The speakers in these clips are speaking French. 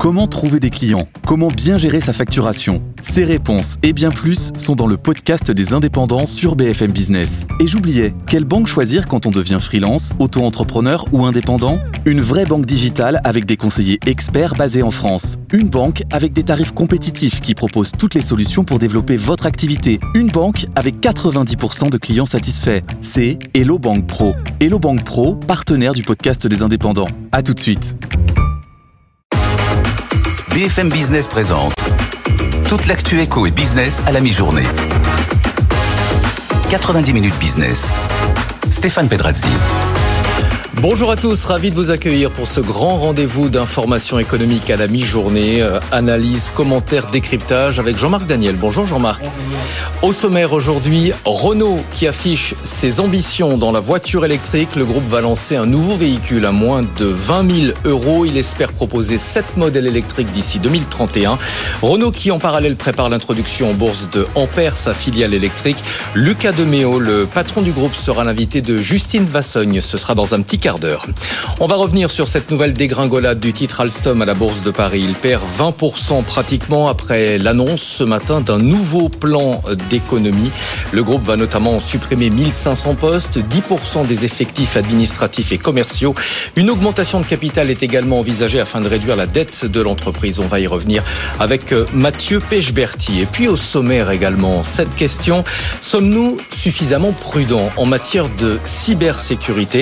Comment trouver des clients ? Comment bien gérer sa facturation ? Ces réponses et bien plus sont dans le podcast des indépendants sur BFM Business. Et j'oubliais, quelle banque choisir quand on devient freelance, auto-entrepreneur ou indépendant ? Une vraie banque digitale avec des conseillers experts basés en France. Une banque avec des tarifs compétitifs qui propose toutes les solutions pour développer votre activité. Une banque avec 90% de clients satisfaits. C'est Hello Bank Pro. Hello Bank Pro, partenaire du podcast des indépendants. À tout de suite. BFM Business présente toute l'actu éco et business à la mi-journée. 90 minutes business. Stéphane Pedrazzi. Bonjour à tous, ravi de vous accueillir pour ce grand rendez-vous d'information économique à la mi-journée. Analyse, commentaires, décryptage avec Jean-Marc Daniel. Bonjour Jean-Marc. Au sommaire aujourd'hui, Renault qui affiche ses ambitions dans la voiture électrique. Le groupe va lancer un nouveau véhicule à moins de 20 000 €. Il espère proposer 7 modèles électriques d'ici 2031. Renault qui en parallèle prépare l'introduction en bourse de Ampère, sa filiale électrique. Luca de Meo, le patron du groupe, sera l'invité de Justine Vassogne. Ce sera dans un petit quart d'heure. On va revenir sur cette nouvelle dégringolade du titre Alstom à la Bourse de Paris. Il perd 20% pratiquement après l'annonce ce matin d'un nouveau plan d'économie. Le groupe va notamment supprimer 1500 postes, 10% des effectifs administratifs et commerciaux. Une augmentation de capital est également envisagée afin de réduire la dette de l'entreprise. On va y revenir avec Mathieu Pechberti. Et puis au sommaire également, cette question: sommes-nous suffisamment prudents en matière de cybersécurité ?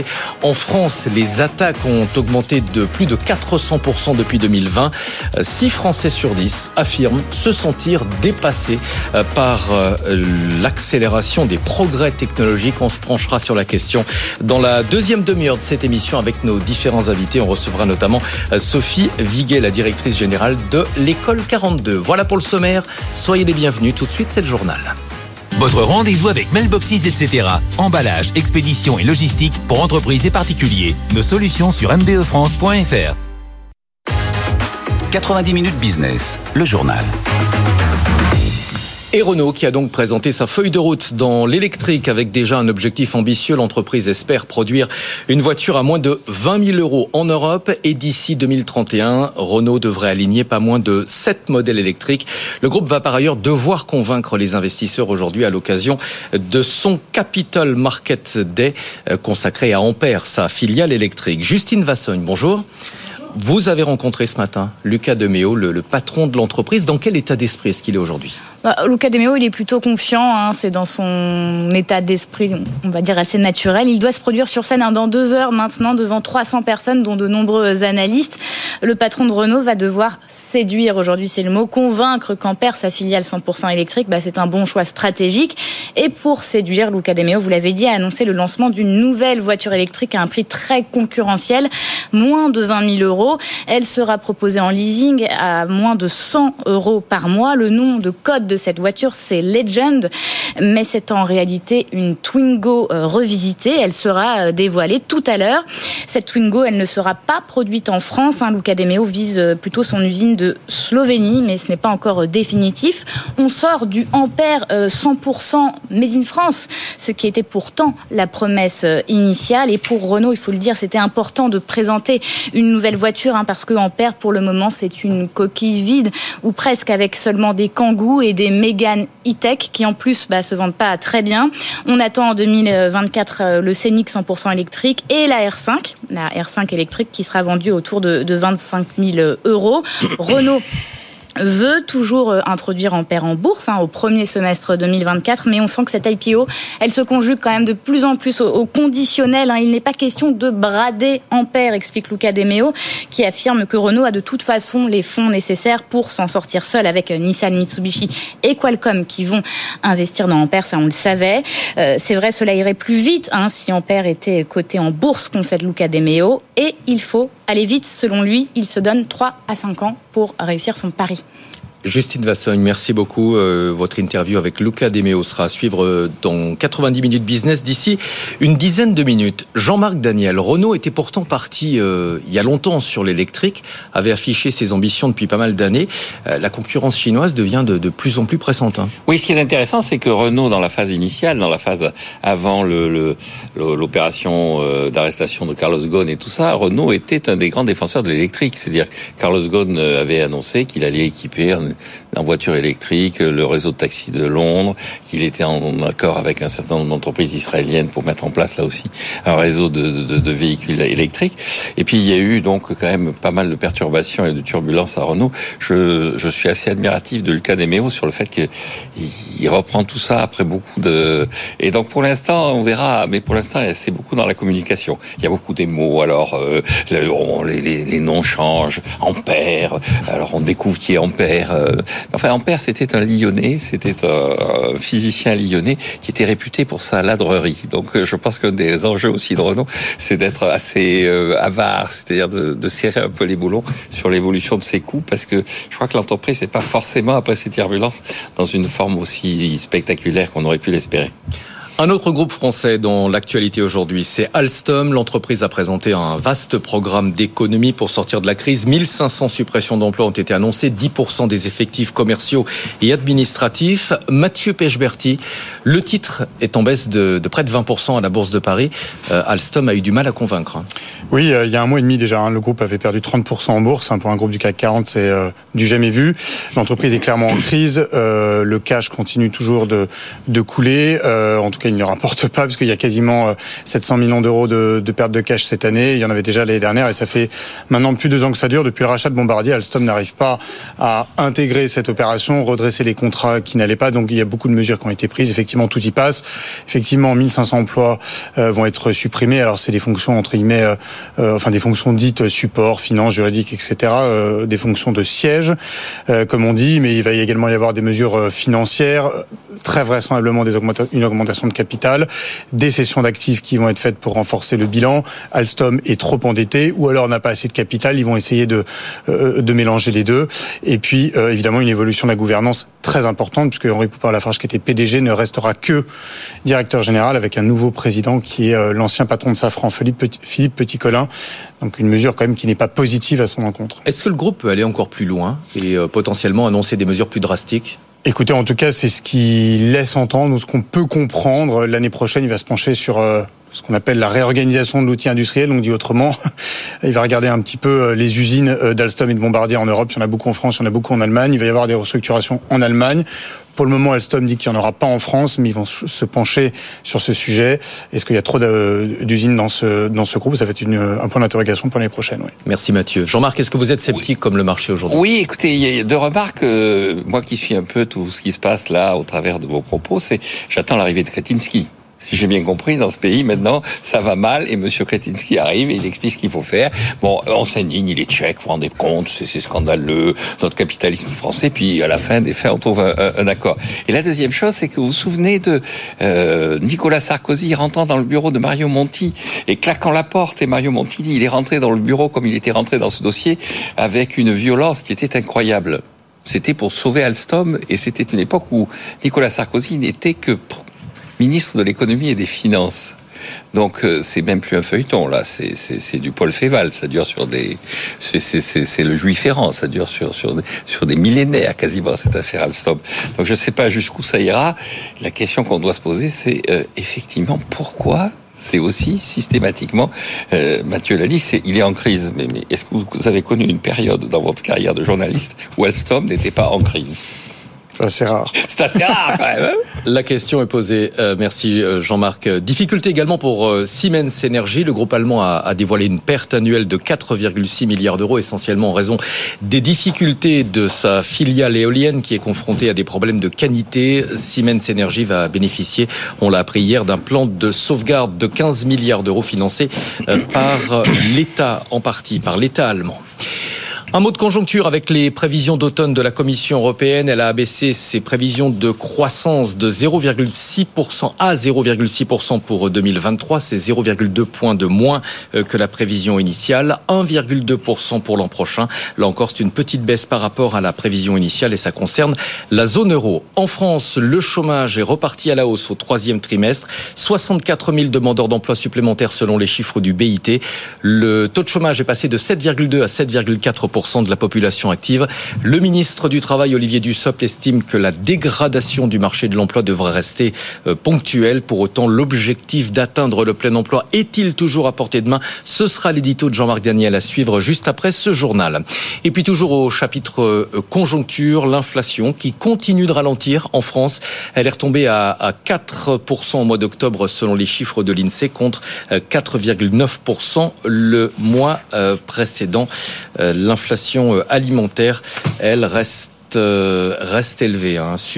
En France, les attaques ont augmenté de plus de 400% depuis 2020. 6 Français sur 10 affirment se sentir dépassés par l'accélération des progrès technologiques. On se penchera sur la question dans la deuxième demi-heure de cette émission avec nos différents invités. On recevra notamment Sophie Viguet, la directrice générale de l'École 42. Voilà pour le sommaire. Soyez les bienvenus. Tout de suite, c'est le journal. Votre rendez-vous avec Mailboxes, etc. Emballage, expédition et logistique pour entreprises et particuliers. Nos solutions sur mbefrance.fr. 90 minutes business, le journal. Et Renault qui a donc présenté sa feuille de route dans l'électrique avec déjà un objectif ambitieux. L'entreprise espère produire une voiture à moins de 20 000 € en Europe et d'ici 2031, Renault devrait aligner pas moins de 7 modèles électriques. Le groupe va par ailleurs devoir convaincre les investisseurs aujourd'hui à l'occasion de son Capital Market Day consacré à Ampère, sa filiale électrique. Justine Vassogne, bonjour. Vous avez rencontré ce matin Luca de Meo, le patron de l'entreprise. Dans quel état d'esprit est-ce qu'il est aujourd'hui ? Luca de Meo, il est plutôt confiant, c'est dans son état d'esprit, on va dire assez naturel. Il doit se produire sur scène dans 2 heures maintenant devant 300 personnes, dont de nombreux analystes. Le patron de Renault va devoir séduire, aujourd'hui c'est le mot, convaincre qu'Ampère, sa filiale 100% électrique, c'est un bon choix stratégique. Et pour séduire, Luca de Meo, vous l'avez dit, a annoncé le lancement d'une nouvelle voiture électrique à un prix très concurrentiel, moins de 20 000 €. Elle sera proposée en leasing à moins de 100 € par mois. Le nom de code de cette voiture, c'est Legend, mais c'est en réalité une Twingo revisitée. Elle sera dévoilée tout à l'heure. Cette Twingo, elle ne sera pas produite en France. Luca de Meo vise plutôt son usine de Slovénie, mais ce n'est pas encore définitif. On sort du Ampère 100% Made in France, ce qui était pourtant la promesse initiale. Et pour Renault, il faut le dire, c'était important de présenter une nouvelle voiture, parce que Ampère, pour le moment, c'est une coquille vide, ou presque, avec seulement des Kangoo et des Mégane E-Tech qui en plus se vendent pas très bien. On attend en 2024 le Scénic 100% électrique et la R5 électrique qui sera vendue autour de 25 000 €. Renault veut toujours introduire Ampère en bourse au premier semestre 2024, mais on sent que cette IPO, elle se conjugue quand même de plus en plus au conditionnel. Il n'est pas question de brader Ampère, explique Luca de Meo, qui affirme que Renault a de toute façon les fonds nécessaires pour s'en sortir seul avec Nissan, Mitsubishi et Qualcomm qui vont investir dans Ampère, ça on le savait. C'est vrai, cela irait plus vite si Ampère était coté en bourse, concède Luca de Meo, et il faut aller vite selon lui. Il se donne 3 à 5 ans pour réussir son pari. Justine Vassogne, merci beaucoup. Votre interview avec Luca De Meo sera à suivre dans 90 minutes business d'ici une dizaine de minutes. Jean-Marc Daniel, Renault était pourtant parti il y a longtemps sur l'électrique, avait affiché ses ambitions depuis pas mal d'années. La concurrence chinoise devient de plus en plus pressante. Oui, ce qui est intéressant, c'est que Renault, dans la phase initiale, dans la phase avant l'opération d'arrestation de Carlos Ghosn et tout ça, Renault était un des grands défenseurs de l'électrique. C'est-à-dire Carlos Ghosn avait annoncé qu'il allait équiper en voiture électrique le réseau de taxis de Londres, qu'il était en accord avec un certain nombre d'entreprises israéliennes pour mettre en place là aussi un réseau de véhicules électriques. Et puis il y a eu donc quand même pas mal de perturbations et de turbulences à Renault. Je suis assez admiratif de Luca De Meo sur le fait qu'il reprend tout ça après beaucoup de... Et donc pour l'instant, on verra, mais pour l'instant c'est beaucoup dans la communication. Il y a beaucoup des mots, alors les noms changent, Ampère, alors on découvre qui est Ampère. Enfin, Ampère, c'était un Lyonnais, c'était un physicien lyonnais qui était réputé pour sa ladrerie. Donc, je pense qu'un des enjeux aussi de Renault, c'est d'être assez avare, c'est-à-dire de serrer un peu les boulons sur l'évolution de ses coûts, parce que je crois que l'entreprise n'est pas forcément, après ces turbulences, dans une forme aussi spectaculaire qu'on aurait pu l'espérer. Un autre groupe français dans l'actualité aujourd'hui, c'est Alstom. L'entreprise a présenté un vaste programme d'économie pour sortir de la crise. 1500 suppressions d'emplois ont été annoncées, 10% des effectifs commerciaux et administratifs. Mathieu Pechberti, le titre est en baisse de près de 20% à la Bourse de Paris. Alstom a eu du mal à convaincre. Oui, il y a un mois et demi déjà, le groupe avait perdu 30% en bourse. Pour un groupe du CAC 40, c'est du jamais vu. L'entreprise est clairement en crise. Le cash continue toujours de couler. En tout cas, il ne rapporte pas, parce qu'il y a quasiment 700 millions d'euros de perte de cash cette année. Il y en avait déjà l'année dernière, et ça fait maintenant plus de 2 ans que ça dure. Depuis le rachat de Bombardier, Alstom n'arrive pas à intégrer cette opération, redresser les contrats qui n'allaient pas. Donc il y a beaucoup de mesures qui ont été prises. Effectivement, tout y passe. Effectivement, 1500 emplois vont être supprimés. Alors c'est des fonctions entre guillemets, des fonctions dites support, finance, juridique, etc. Des fonctions de siège, comme on dit. Mais il va également y avoir des mesures financières, très vraisemblablement une augmentation de capital, des cessions d'actifs qui vont être faites pour renforcer le bilan. Alstom est trop endetté, ou alors n'a pas assez de capital. Ils vont essayer de mélanger les deux. Et puis, évidemment, une évolution de la gouvernance très importante, puisque Henri Poupart-Lafarge, qui était PDG, ne restera que directeur général, avec un nouveau président qui est l'ancien patron de Safran, Philippe Petit-Colin. Donc une mesure quand même qui n'est pas positive à son encontre. Est-ce que le groupe peut aller encore plus loin et potentiellement annoncer des mesures plus drastiques ? Écoutez, en tout cas, c'est ce qui laisse entendre, ou ce qu'on peut comprendre. L'année prochaine, il va se pencher sur ce qu'on appelle la réorganisation de l'outil industriel. Donc, dit autrement, il va regarder un petit peu les usines d'Alstom et de Bombardier en Europe. Il y en a beaucoup en France, il y en a beaucoup en Allemagne. Il va y avoir des restructurations en Allemagne. Pour le moment, Alstom dit qu'il n'y en aura pas en France, mais ils vont se pencher sur ce sujet. Est-ce qu'il y a trop d'usines dans ce groupe ? Ça va être un point d'interrogation pour l'année prochaine. Oui. Merci Mathieu. Jean-Marc, est-ce que vous êtes sceptique comme le marché aujourd'hui ? Oui, écoutez, il y a 2 remarques. Moi qui suis un peu tout ce qui se passe là au travers de vos propos, c'est j'attends l'arrivée de Kretinsky. Si j'ai bien compris, dans ce pays, maintenant, ça va mal, et Monsieur Kretinsky arrive et il explique ce qu'il faut faire. Bon, on s'indigne, il est tchèque, vous vous rendez compte, c'est scandaleux, notre capitalisme français, puis à la fin des faits, on trouve un accord. Et la deuxième chose, c'est que vous vous souvenez de Nicolas Sarkozy rentrant dans le bureau de Mario Monti et claquant la porte, et Mario Monti, il est rentré dans le bureau comme il était rentré dans ce dossier, avec une violence qui était incroyable. C'était pour sauver Alstom, et c'était une époque où Nicolas Sarkozy n'était que ministre de l'économie et des finances. Donc c'est même plus un feuilleton là, c'est du Paul Féval, ça dure sur c'est le Juif errant, ça dure sur des millénaires quasiment cette affaire Alstom. Donc je sais pas jusqu'où ça ira. La question qu'on doit se poser, c'est effectivement pourquoi c'est aussi systématiquement, Mathieu l'a dit, il est en crise. Mais est-ce que vous avez connu une période dans votre carrière de journaliste où Alstom n'était pas en crise ? C'est assez rare. C'est assez rare quand même. La question est posée. Merci Jean-Marc. Difficulté également pour Siemens Energy. Le groupe allemand a dévoilé une perte annuelle de 4,6 milliards d'euros, essentiellement en raison des difficultés de sa filiale éolienne qui est confrontée à des problèmes de qualité. Siemens Energy va bénéficier, on l'a appris hier, d'un plan de sauvegarde de 15 milliards d'euros financé par l'État, en partie par l'État allemand. Un mot de conjoncture avec les prévisions d'automne de la Commission européenne. Elle a abaissé ses prévisions de croissance de 0,6% à 0,6% pour 2023. C'est 0,2 points de moins que la prévision initiale. 1,2% pour l'an prochain. Là encore, c'est une petite baisse par rapport à la prévision initiale et ça concerne la zone euro. En France, le chômage est reparti à la hausse au troisième trimestre. 64 000 demandeurs d'emploi supplémentaires selon les chiffres du BIT. Le taux de chômage est passé de 7,2 à 7,4% de la population active. Le ministre du Travail, Olivier Dussopt, estime que la dégradation du marché de l'emploi devrait rester ponctuelle. Pour autant, l'objectif d'atteindre le plein emploi est-il toujours à portée de main ? Ce sera l'édito de Jean-Marc Daniel à suivre juste après ce journal. Et puis toujours au chapitre conjoncture, l'inflation qui continue de ralentir en France. Elle est retombée à 4% au mois d'octobre selon les chiffres de l'INSEE contre 4,9% le mois précédent. L'inflation alimentaire, elle reste élevée,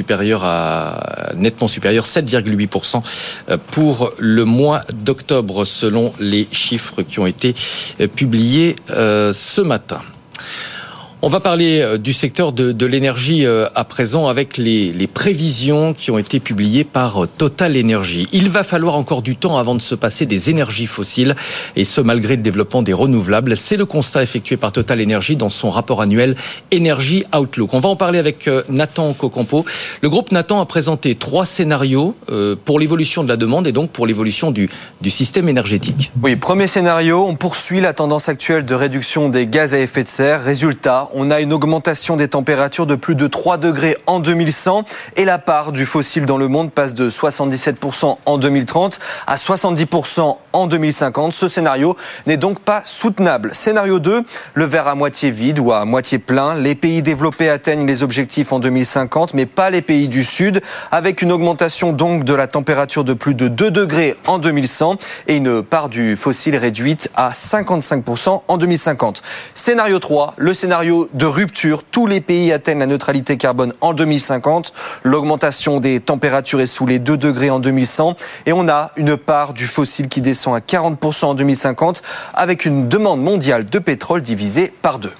nettement supérieure, 7,8% pour le mois d'octobre selon les chiffres qui ont été publiés ce matin. On va parler du secteur de l'énergie à présent avec les prévisions qui ont été publiées par Total Energy. Il va falloir encore du temps avant de se passer des énergies fossiles et ce malgré le développement des renouvelables. C'est le constat effectué par Total Energy dans son rapport annuel Energy Outlook. On va en parler avec Nathan Cocampo. Le groupe Nathan a présenté 3 scénarios pour l'évolution de la demande et donc pour l'évolution du système énergétique. Oui, premier scénario, on poursuit la tendance actuelle de réduction des gaz à effet de serre. Résultat, on a une augmentation des températures de plus de 3 degrés en 2100 et la part du fossile dans le monde passe de 77% en 2030 à 70% en 2050. Ce scénario n'est donc pas soutenable. Scénario 2, le verre à moitié vide ou à moitié plein. Les pays développés atteignent les objectifs en 2050, mais pas les pays du Sud, avec une augmentation donc de la température de plus de 2 degrés en 2100 et une part du fossile réduite à 55% en 2050. Scénario 3, le scénario de rupture. Tous les pays atteignent la neutralité carbone en 2050. L'augmentation des températures est sous les 2 degrés en 2100 et on a une part du fossile qui descend à 40% en 2050 avec une demande mondiale de pétrole divisée par 2.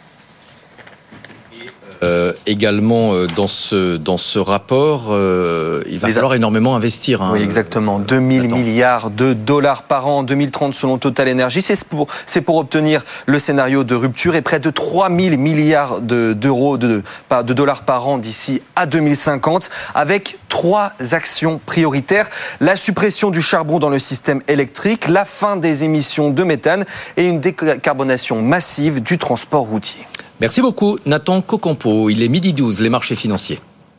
Également dans ce rapport, il va falloir énormément investir. Oui, exactement. 2000 milliards de dollars par an en 2030 selon Total Energy. C'est pour obtenir le scénario de rupture et près de 3000 milliards de dollars par an d'ici à 2050 avec 3 actions prioritaires. La suppression du charbon dans le système électrique, la fin des émissions de méthane et une décarbonation massive du transport routier. Merci beaucoup Nathan Cocampo. Il est 12h, les marchés financiers.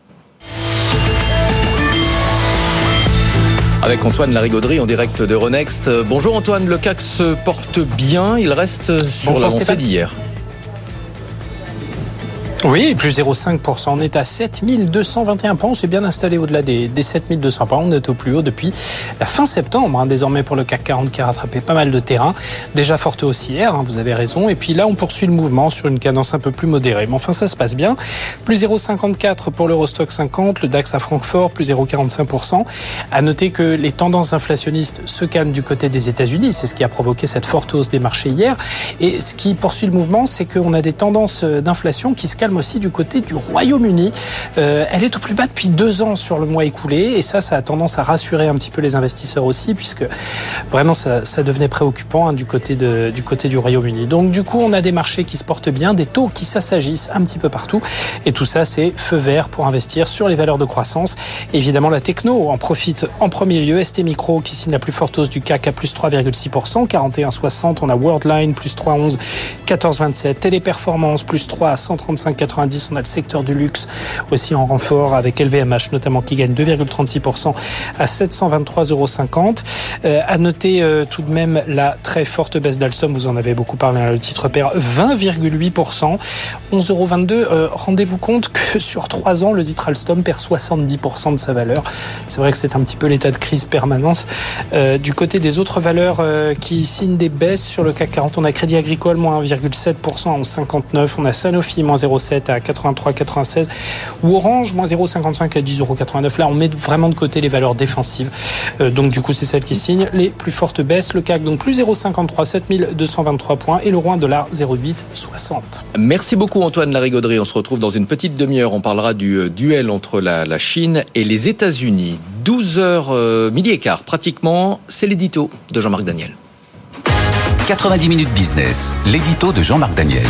Avec Antoine Larigauderie en direct d'Euronext. Bonjour Antoine, le CAC se porte bien, il reste sur l'avancée d'hier. Oui, plus 0,5%. On est à 7221 points. On s'est bien installé au-delà des 7200 points. On est au plus haut depuis la fin septembre. Désormais pour le CAC 40 qui a rattrapé pas mal de terrain. Déjà forte hausse hier, vous avez raison. Et puis là, on poursuit le mouvement sur une cadence un peu plus modérée. Mais enfin, ça se passe bien. Plus 0,54 pour l'Eurostock 50. Le DAX à Francfort, plus 0,45%. À noter que les tendances inflationnistes se calment du côté des États-Unis. C'est ce qui a provoqué cette forte hausse des marchés hier. Et ce qui poursuit le mouvement, c'est qu'on a des tendances d'inflation qui se calment aussi du côté du Royaume-Uni. Elle est au plus bas depuis 2 ans sur le mois écoulé et ça a tendance à rassurer un petit peu les investisseurs aussi puisque vraiment ça devenait préoccupant du côté du Royaume-Uni. Donc du coup, on a des marchés qui se portent bien, des taux qui s'assagissent un petit peu partout et tout ça, c'est feu vert pour investir sur les valeurs de croissance. Évidemment, la techno en profite en premier lieu. ST Micro qui signe la plus forte hausse du CAC à plus 3,6%, 41,60. On a Worldline plus 3,11, 14,27. Téléperformance plus 3 à 135,90. On a le secteur du luxe aussi en renfort avec LVMH notamment qui gagne 2,36% à 723,50 €. À noter tout de même la très forte baisse d'Alstom, vous en avez beaucoup parlé, le titre perd 20,8%, 11,22 €. Rendez-vous compte que sur 3 ans, le titre Alstom perd 70% de sa valeur. C'est vrai que c'est un petit peu l'état de crise permanente. Du côté des autres valeurs qui signent des baisses sur le CAC 40, on a Crédit Agricole, moins 1,7% à 11,59. On a Sanofi, moins 0,5%. 0,07 à 83,96 ou Orange, moins 0,55 à 10,89 €. Là, on met vraiment de côté les valeurs défensives. Donc, du coup, c'est celle qui signe les plus fortes baisses. Le CAC, donc, plus 0,53, 7223 points. Et l'euro 1 $, 0,860. Merci beaucoup, Antoine Larigauderie. On se retrouve dans une petite demi-heure. On parlera du duel entre la Chine et les États-Unis. 12h, midi et quart, pratiquement. C'est l'édito de Jean-Marc Daniel. 90 minutes business, l'édito de Jean-Marc Daniel.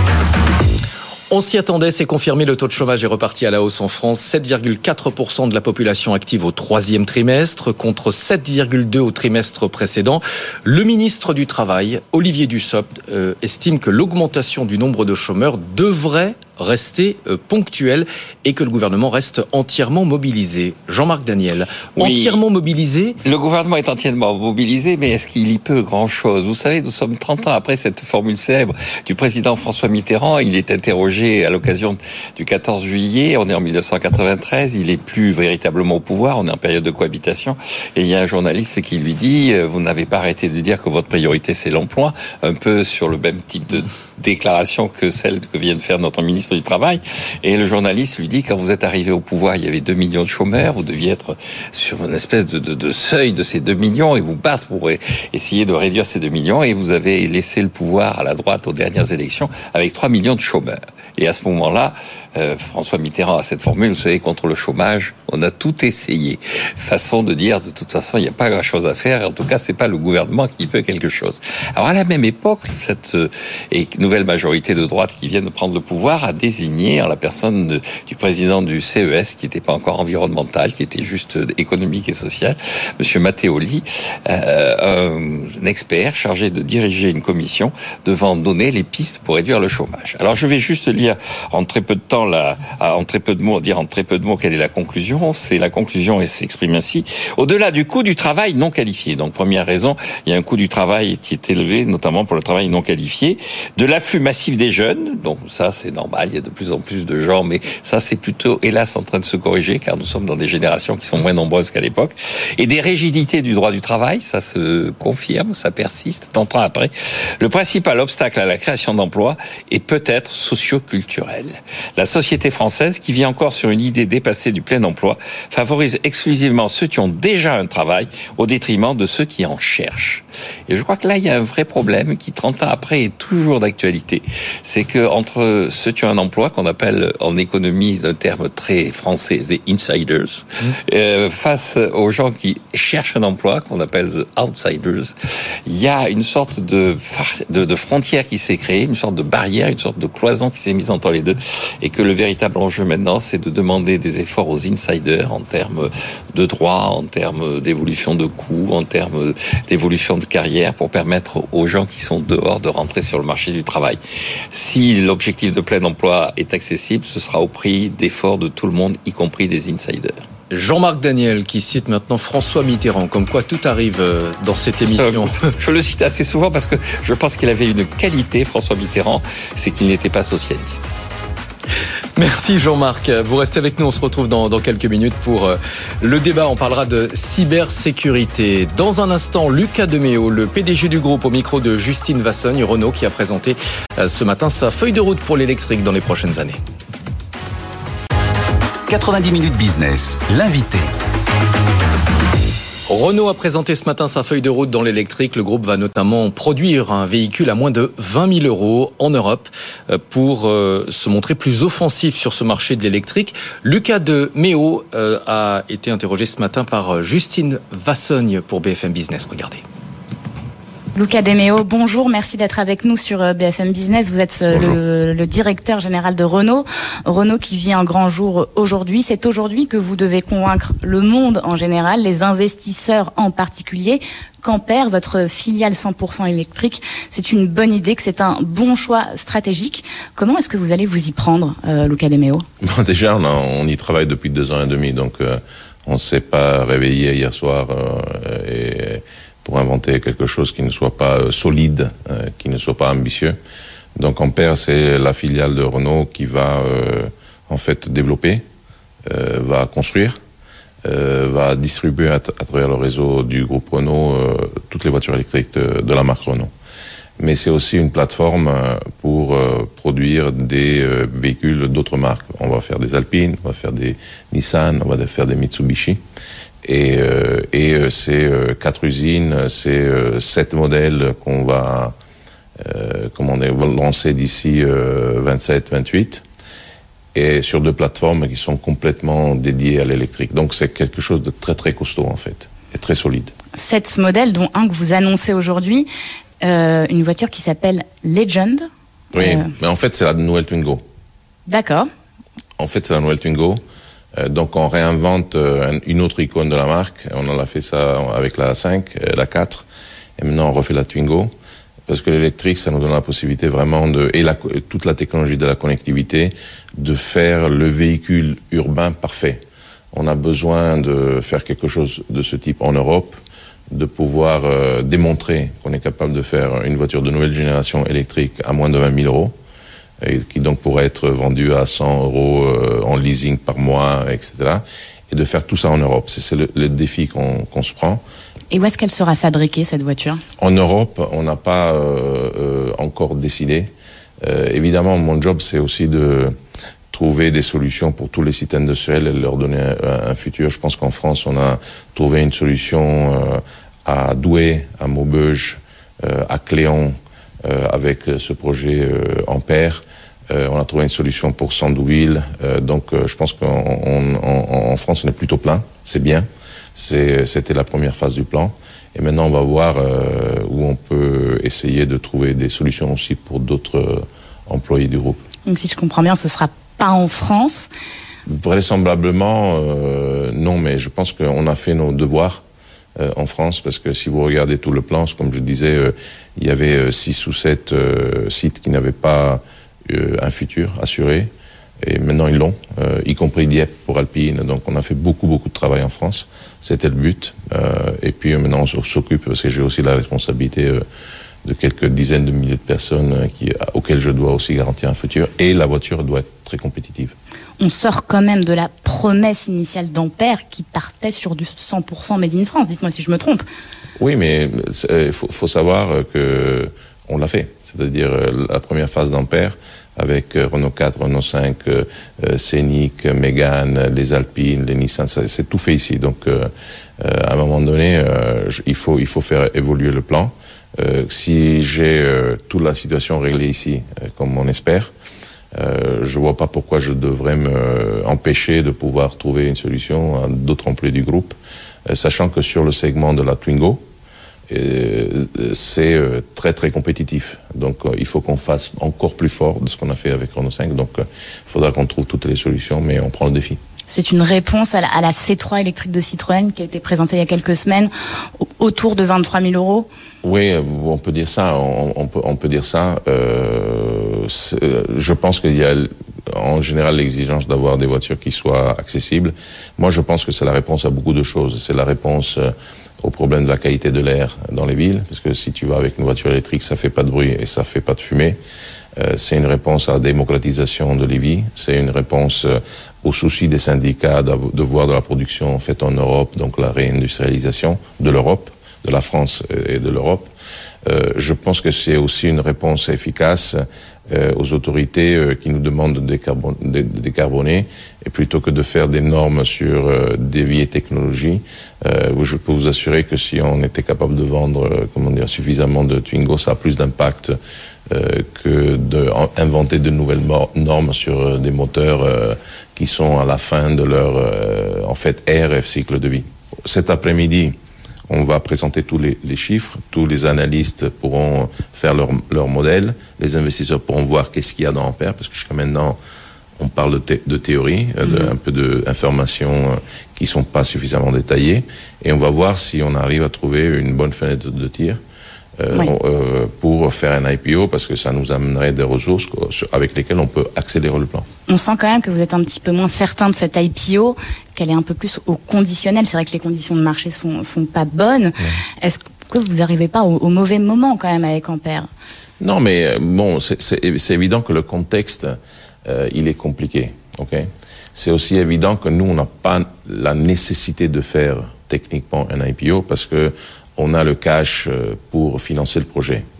On s'y attendait, c'est confirmé, le taux de chômage est reparti à la hausse en France. 7,4% de la population active au troisième trimestre, contre 7,2% au trimestre précédent. Le ministre du Travail, Olivier Dussopt, estime que l'augmentation du nombre de chômeurs devrait rester ponctuelle et que le gouvernement reste entièrement mobilisé. Jean-Marc Daniel, oui, entièrement mobilisé. Le gouvernement est entièrement mobilisé, mais est-ce qu'il y peut grand-chose ? Vous savez, nous sommes 30 ans après cette formule célèbre du président François Mitterrand. Il est interrogé à l'occasion du 14 juillet. On est en 1993. Il est plus véritablement au pouvoir. On est en période de cohabitation. Et il y a un journaliste qui lui dit « Vous n'avez pas arrêté de dire que votre priorité, c'est l'emploi », un peu sur le même type de déclaration que celle que vient de faire notre ministre du Travail. Et le journaliste lui dit, quand vous êtes arrivé au pouvoir, il y avait 2 millions de chômeurs, vous deviez être sur une espèce de seuil de ces 2 millions et vous battre pour essayer de réduire ces 2 millions, et vous avez laissé le pouvoir à la droite aux dernières élections avec 3 millions de chômeurs. Et à ce moment-là, François Mitterrand a cette formule, vous savez, contre le chômage, on a tout essayé. Façon de dire, de toute façon, il n'y a pas grand-chose à faire, et en tout cas, c'est pas le gouvernement qui peut quelque chose. Alors, à la même époque, cette nouvelle majorité de droite qui vient de prendre le pouvoir a désigné, en la personne du président du CES, qui n'était pas encore environnemental, qui était juste économique et social, monsieur Matteoli, un expert chargé de diriger une commission devant donner les pistes pour réduire le chômage. Alors, je vais juste lire en très peu de temps, en très peu de mots, quelle est la conclusion. C'est la conclusion et s'exprime ainsi. Au-delà du coût du travail non qualifié. Donc, première raison, il y a un coût du travail qui est élevé, notamment pour le travail non qualifié. De l'afflux massif des jeunes. Donc, ça, c'est normal. Il y a de plus en plus de gens, mais ça, c'est plutôt, hélas, en train de se corriger, car nous sommes dans des générations qui sont moins nombreuses qu'à l'époque. Et des rigidités du droit du travail. Ça se confirme, ça persiste, tant après. Le principal obstacle à la création d'emplois est peut-être socio-culturel. La société française, qui vit encore sur une idée dépassée du plein emploi, favorise exclusivement ceux qui ont déjà un travail au détriment de ceux qui en cherchent. Et je crois que là, il y a un vrai problème qui, 30 ans après, est toujours d'actualité. C'est que entre ceux qui ont un emploi, qu'on appelle en économie d'un terme très français, les insiders, face aux gens qui cherchent un emploi, qu'on appelle the outsiders, il y a une sorte de frontière qui s'est créée, une sorte de barrière, une sorte de cloison qui s'est mise entre les deux, et que le véritable enjeu maintenant, c'est de demander des efforts aux insiders en termes de droit, en termes d'évolution de coûts, en termes d'évolution de carrière, pour permettre aux gens qui sont dehors de rentrer sur le marché du travail. Si l'objectif de plein emploi est accessible, ce sera au prix d'efforts de tout le monde, y compris des insiders. Jean-Marc Daniel qui cite maintenant François Mitterrand, comme quoi tout arrive dans cette émission. Je le cite assez souvent parce que je pense qu'il avait une qualité, François Mitterrand, c'est qu'il n'était pas socialiste. Merci Jean-Marc. Vous restez avec nous, on se retrouve dans quelques minutes pour le débat. On parlera de cybersécurité. Dans un instant, Luca De Meo, le PDG du groupe, au micro de Justine Vassogne, Renault, qui a présenté ce matin sa feuille de route pour l'électrique dans les prochaines années. 90 minutes business, l'invité. Renault a présenté ce matin sa feuille de route dans l'électrique. Le groupe va notamment produire un véhicule à moins de 20 000 € en Europe pour se montrer plus offensif sur ce marché de l'électrique. Luca De Meo a été interrogé ce matin par Justine Vassogne pour BFM Business. Regardez. Luca De Meo, bonjour, merci d'être avec nous sur BFM Business. Vous êtes le directeur général de Renault. Renault qui vit un grand jour aujourd'hui. C'est aujourd'hui que vous devez convaincre le monde en général, les investisseurs en particulier, qu'Ampère, votre filiale 100% électrique, c'est une bonne idée, que c'est un bon choix stratégique. Comment est-ce que vous allez vous y prendre, Luca De Meo ? Déjà, on y travaille depuis 2 ans et demi, donc on ne s'est pas réveillé hier soir pour inventer quelque chose qui ne soit pas solide, qui ne soit pas ambitieux. Donc Ampère, c'est la filiale de Renault qui va en fait développer, va construire, va distribuer à travers le réseau du groupe Renault toutes les voitures électriques de la marque Renault. mais c'est aussi une plateforme pour produire des véhicules d'autres marques. On va faire des Alpine, on va faire des Nissan, on va faire des Mitsubishi. Et c'est 4 usines, c'est 7 modèles qu'on va lancer d'ici 27-28. Et sur 2 plateformes qui sont complètement dédiées à l'électrique. Donc c'est quelque chose de très très costaud en fait, et très solide. 7 modèles, dont un que vous annoncez aujourd'hui, une voiture qui s'appelle Legend. Oui, mais en fait c'est la nouvelle Twingo. D'accord. En fait c'est la nouvelle Twingo. Donc on réinvente une autre icône de la marque. On en a fait ça avec la 5, la 4, et maintenant on refait la Twingo. Parce que l'électrique, ça nous donne la possibilité vraiment toute la technologie de la connectivité, de faire le véhicule urbain parfait. On a besoin de faire quelque chose de ce type en Europe, de pouvoir démontrer qu'on est capable de faire une voiture de nouvelle génération électrique à moins de 20 000 euros, et qui donc pourrait être vendue à 100 euros en leasing par mois, etc. Et de faire tout ça en Europe. C'est le défi qu'on se prend. Et où est-ce qu'elle sera fabriquée, cette voiture ? En Europe, on n'a pas encore décidé. Évidemment, mon job, c'est aussi de trouver des solutions pour tous les sites industriels et leur donner un futur. Je pense qu'en France, on a trouvé une solution à Douai, à Maubeuge, à Cléon, avec ce projet Ampère. On a trouvé une solution pour Sandouville. Donc, je pense qu'en France, on est plutôt plein. C'est bien. C'était la première phase du plan. Et maintenant, on va voir où on peut essayer de trouver des solutions aussi pour d'autres employés du groupe. Donc, si je comprends bien, ce ne sera pas en France ? Vraisemblablement, non, mais je pense qu'on a fait nos devoirs en France, parce que si vous regardez tout le plan, comme je disais, il y avait 6 ou 7 sites qui n'avaient pas un futur assuré. Et maintenant, ils l'ont, y compris Dieppe pour Alpine. Donc, on a fait beaucoup de travail en France. C'était le but. Et puis, maintenant, on s'occupe, parce que j'ai aussi la responsabilité de quelques dizaines de milliers de personnes auxquelles je dois aussi garantir un futur. Et la voiture doit être très compétitive. On sort quand même de la promesse initiale d'Ampère qui partait sur du 100% Made in France. Dites-moi si je me trompe. Oui, mais il faut savoir qu'on l'a fait. C'est-à-dire, la première phase d'Ampère, avec Renault 4, Renault 5, Scénic, Mégane, les Alpines, les Nissan, c'est tout fait ici. Donc, à un moment donné, il faut faire évoluer le plan. Si j'ai toute la situation réglée ici, comme on espère, je vois pas pourquoi je devrais me empêcher de pouvoir trouver une solution à d'autres employés du groupe, sachant que sur le segment de la Twingo, c'est très très compétitif. Donc il faut qu'on fasse encore plus fort de ce qu'on a fait avec Renault 5. Donc il faudra qu'on trouve toutes les solutions, mais on prend le défi. C'est une réponse à la C3 électrique de Citroën qui a été présentée il y a quelques semaines, autour de 23 000 euros. Oui, on peut dire ça. On peut dire ça. Je pense qu'il y a en général l'exigence d'avoir des voitures qui soient accessibles. Moi, je pense que c'est la réponse à beaucoup de choses. C'est la réponse au problème de la qualité de l'air dans les villes, parce que si tu vas avec une voiture électrique, ça fait pas de bruit et ça fait pas de fumée. C'est une réponse à la démocratisation de l'EV. C'est une réponse au souci des syndicats de voir de la production faite en Europe, donc la réindustrialisation de l'Europe, de la France et de l'Europe. Je pense que c'est aussi une réponse efficace aux autorités qui nous demandent de décarboner, et plutôt que de faire des normes sur des vieilles technologies, je peux vous assurer que si on était capable de vendre suffisamment de Twingo, ça a plus d'impact que d'inventer de nouvelles normes sur des moteurs qui sont à la fin de leur ère et cycle de vie. Cet après-midi, on va présenter tous les chiffres, tous les analystes pourront faire leur modèle, les investisseurs pourront voir qu'est-ce qu'il y a dans Ampère, parce que jusqu'à maintenant, on parle de théorie, un peu d'informations qui ne sont pas suffisamment détaillées, et on va voir si on arrive à trouver une bonne fenêtre de tir pour faire un IPO, parce que ça nous amènerait des ressources avec lesquelles on peut accélérer le plan. On sent quand même que vous êtes un petit peu moins certain de cette IPO, qu'elle est un peu plus au conditionnel. C'est vrai que les conditions de marché sont pas bonnes. Est-ce que vous n'arrivez pas au mauvais moment quand même avec Ampère ? Non, mais bon, c'est évident que le contexte, il est compliqué. Okay ? C'est aussi évident que nous, on n'a pas la nécessité de faire techniquement un IPO, parce que on a le cash pour financer le projet.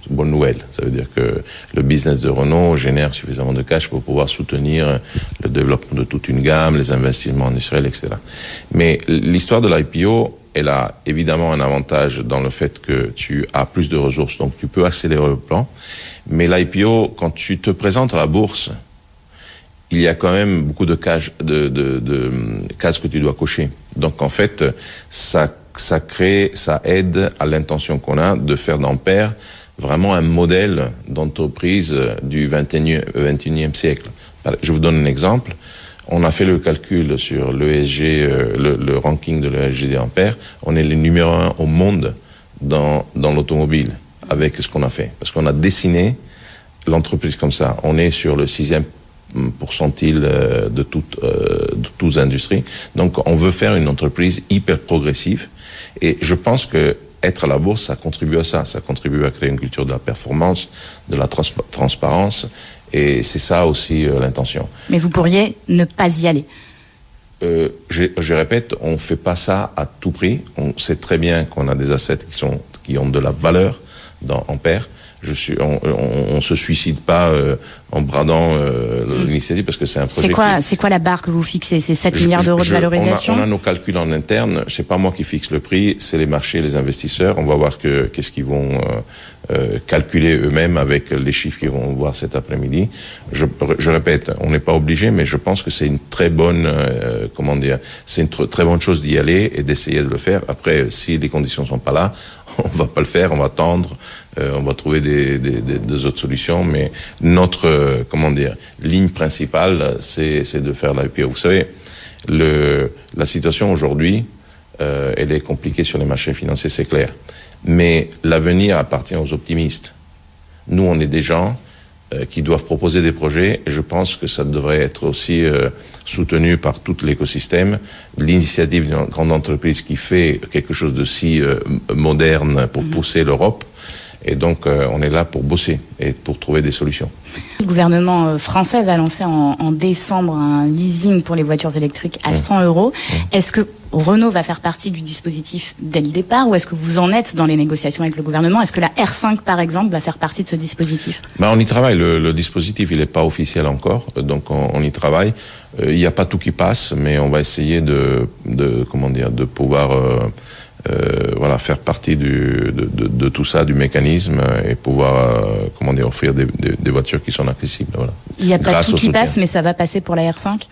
bonne nouvelle. Ça veut dire que le business de Renault génère suffisamment de cash pour pouvoir soutenir le développement de toute une gamme, les investissements industriels, etc. Mais l'histoire de l'IPO, elle a évidemment un avantage dans le fait que tu as plus de ressources, donc tu peux accélérer le plan. Mais l'IPO, quand tu te présentes à la bourse, il y a quand même beaucoup de cases que tu dois cocher. Donc en fait, ça aide à l'intention qu'on a de faire d'Ampère vraiment un modèle d'entreprise du 21e siècle. Je vous donne un exemple. On a fait le calcul sur l'ESG, le ranking de l'ESG d'Ampère. On est le numéro 1 au monde dans l'automobile avec ce qu'on a fait. Parce qu'on a dessiné l'entreprise comme ça. On est sur le 6e pourcentile de toutes les industries. Donc on veut faire une entreprise hyper progressive. Et je pense que être à la bourse, ça contribue à ça. Ça contribue à créer une culture de la performance, de la transparence. Et c'est ça aussi l'intention. Mais vous pourriez ne pas y aller. Je répète, on ne fait pas ça à tout prix. On sait très bien qu'on a des assets qui ont de la valeur dans Ampère. On se suicide pas en bradant l'initiative parce que c'est un projet. C'est quoi la barre que vous fixez? C'est 7 milliards d'euros de valorisation? On a nos calculs en interne. C'est pas moi qui fixe le prix, c'est les marchés, les investisseurs. On va voir qu'est-ce qu'ils vont calculer eux-mêmes avec les chiffres qu'ils vont voir cet après-midi. Je répète, on n'est pas obligé, mais je pense que c'est une très bonne, c'est une très bonne chose d'y aller et d'essayer de le faire. Après, si les conditions sont pas là, on va pas le faire, on va attendre, on va trouver des autres solutions, mais notre ligne principale, c'est de faire l'IPO. Vous savez, la situation aujourd'hui, elle est compliquée sur les marchés financiers, c'est clair. Mais l'avenir appartient aux optimistes. Nous, on est des gens qui doivent proposer des projets, et je pense que ça devrait être aussi soutenu par tout l'écosystème. L'initiative d'une grande entreprise qui fait quelque chose de si moderne pour pousser l'Europe. Et donc, on est là pour bosser et pour trouver des solutions. Le gouvernement français va lancer en décembre un leasing pour les voitures électriques à 100 €. Est-ce que Renault va faire partie du dispositif dès le départ, ou est-ce que vous en êtes dans les négociations avec le gouvernement? Est-ce que la R5, par exemple, va faire partie de ce dispositif? On y travaille. Le dispositif, il n'est pas officiel encore, donc on y travaille. Il n'y a pas tout qui passe, mais on va essayer de pouvoir faire partie de tout ça, du mécanisme, et pouvoir offrir des voitures qui sont accessibles. Voilà. Il n'y a pas tout qui passe, mais ça va passer pour la R5?